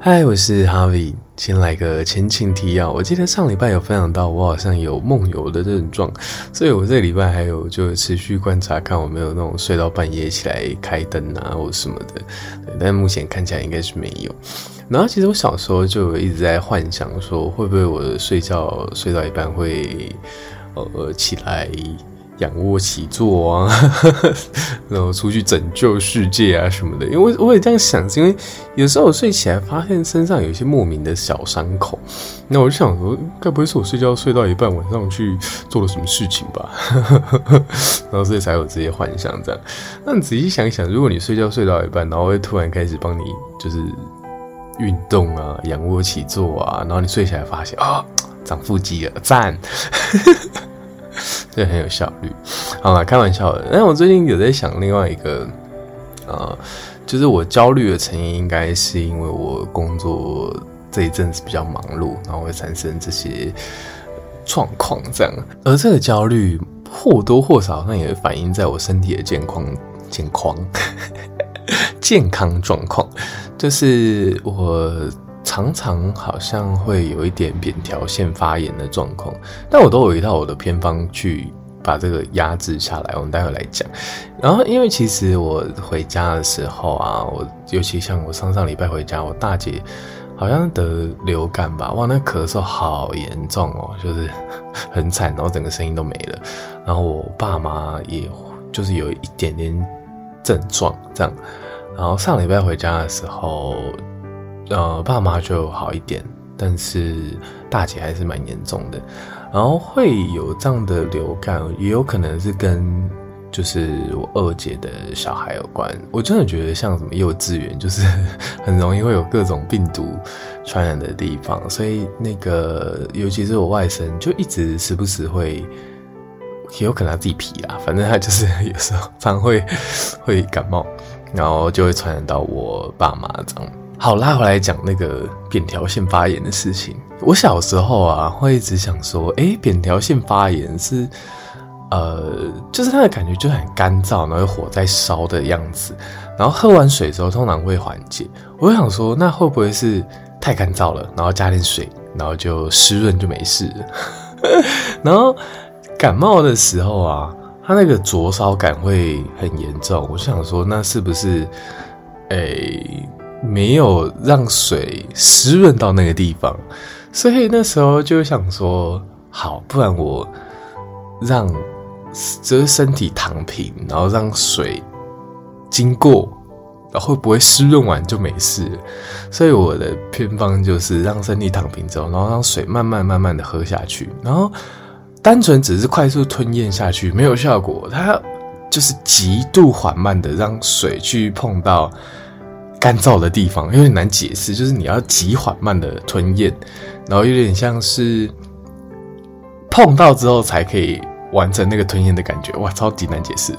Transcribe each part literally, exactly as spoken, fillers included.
嗨，我是 Harvey， 先来个前情提要。我记得上礼拜有分享到，我好像有梦游的症状，所以我这礼拜还有就持续观察，看我没有那种睡到半夜起来开灯啊或什么的。对，但目前看起来应该是没有。然后其实我小时候就一直在幻想说，会不会我睡觉睡到一半会呃起来仰卧起坐啊，然后出去拯救世界啊什么的。因为我我也这样想，是因为有时候我睡起来发现身上有一些莫名的小伤口，那我就想说，该不会是我睡觉睡到一半晚上去做了什么事情吧？然后所以才有这些幻想这样。那你仔细想一想，如果你睡觉睡到一半，然后会突然开始帮你就是运动啊、仰卧起坐啊，然后你睡起来发现啊，长腹肌了，赞！这很有效率。好啦，开玩笑的。但我最近有在想另外一个，呃，就是我焦虑的成因，应该是因为我工作这一阵子比较忙碌，然后会产生这些状况这样。而这个焦虑或多或少好像也会反映在我身体的健康、健康、健康状况，就是我常常好像会有一点扁桃腺发炎的状况，但我都有一套我的偏方去把这个压制下来，我们待会来讲。然后因为其实我回家的时候啊，我尤其像我上上礼拜回家，我大姐好像得流感吧，哇，那咳嗽好严重哦，就是很惨，然后整个声音都没了。然后我爸妈也就是有一点点症状这样，然后上礼拜回家的时候呃，爸妈就好一点，但是大姐还是蛮严重的。然后会有这样的流感，也有可能是跟就是我二姐的小孩有关。我真的觉得像什么幼稚园，就是很容易会有各种病毒传染的地方，所以那个尤其是我外甥，就一直时不时会，也有可能他自己皮啦，反正他就是有时候常会会感冒，然后就会传染到我爸妈这样。好，拉回来讲那个扁桃腺发炎的事情。我小时候啊，会一直想说，诶，扁桃腺发炎是，呃，就是它的感觉就很干燥，然后有火在烧的样子。然后喝完水之后，通常会缓解。我就想说，那会不会是太干燥了，然后加点水，然后就湿润就没事了？然后感冒的时候啊，它那个灼烧感会很严重。我就想说，那是不是，诶？没有让水湿润到那个地方，所以那时候就想说，好，不然我让就是身体躺平，然后让水经过，然后会不会湿润完就没事了？所以我的偏方就是让身体躺平之后，然后让水慢慢慢慢的喝下去，然后单纯只是快速吞咽下去没有效果，它就是极度缓慢的让水去碰到干燥的地方，有点难解释，就是你要极缓慢的吞咽，然后有点像是碰到之后才可以完成那个吞咽的感觉，哇，超级难解释。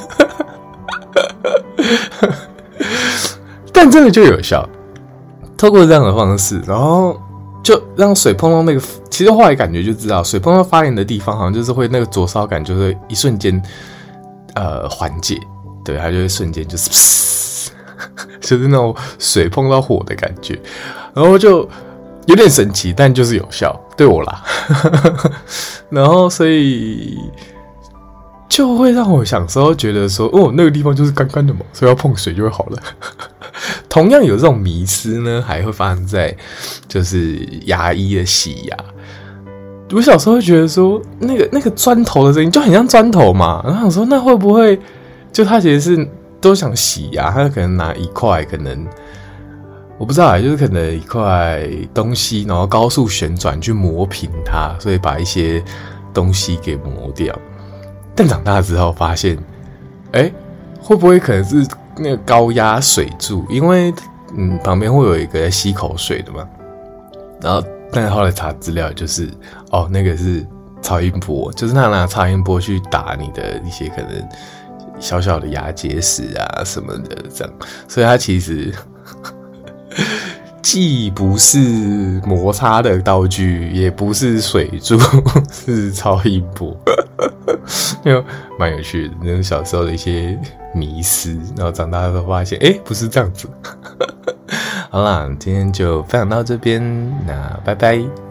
但真的就有效，透过这样的方式，然后就让水碰到那个，其实后来感觉就知道，水碰到发炎的地方，好像就是会那个灼烧感，就会一瞬间呃缓解，对，它就会瞬间就是就是那种水碰到火的感觉，然后就有点神奇，但就是有效，对我啦。然后所以就会让我想说，觉得说，哦，那个地方就是干干的嘛，所以要碰水就会好了。同样有这种迷思呢，还会发生在就是牙医的洗牙。我小时候会觉得说，那个那个砖头的声音就很像砖头嘛，然后想说，那会不会就他其实是都想洗牙，他可能拿一块，可能我不知道啊，就是可能一块东西，然后高速旋转去磨平它，所以把一些东西给磨掉。但长大之后发现，哎、欸，会不会可能是那个高压水柱？因为嗯，旁边会有一个在吸口水的嘛。然后，但是后来查资料，就是哦，那个是超音波，就是他拿超音波去打你的一些可能小小的牙结石啊什么的，这样，所以它其实既不是摩擦的道具，也不是水柱，是超音波，就蛮有趣的。那种小时候的一些迷思，然后长大之后发现，哎、欸，不是这样子。 好啦，今天就分享到这边，那拜拜。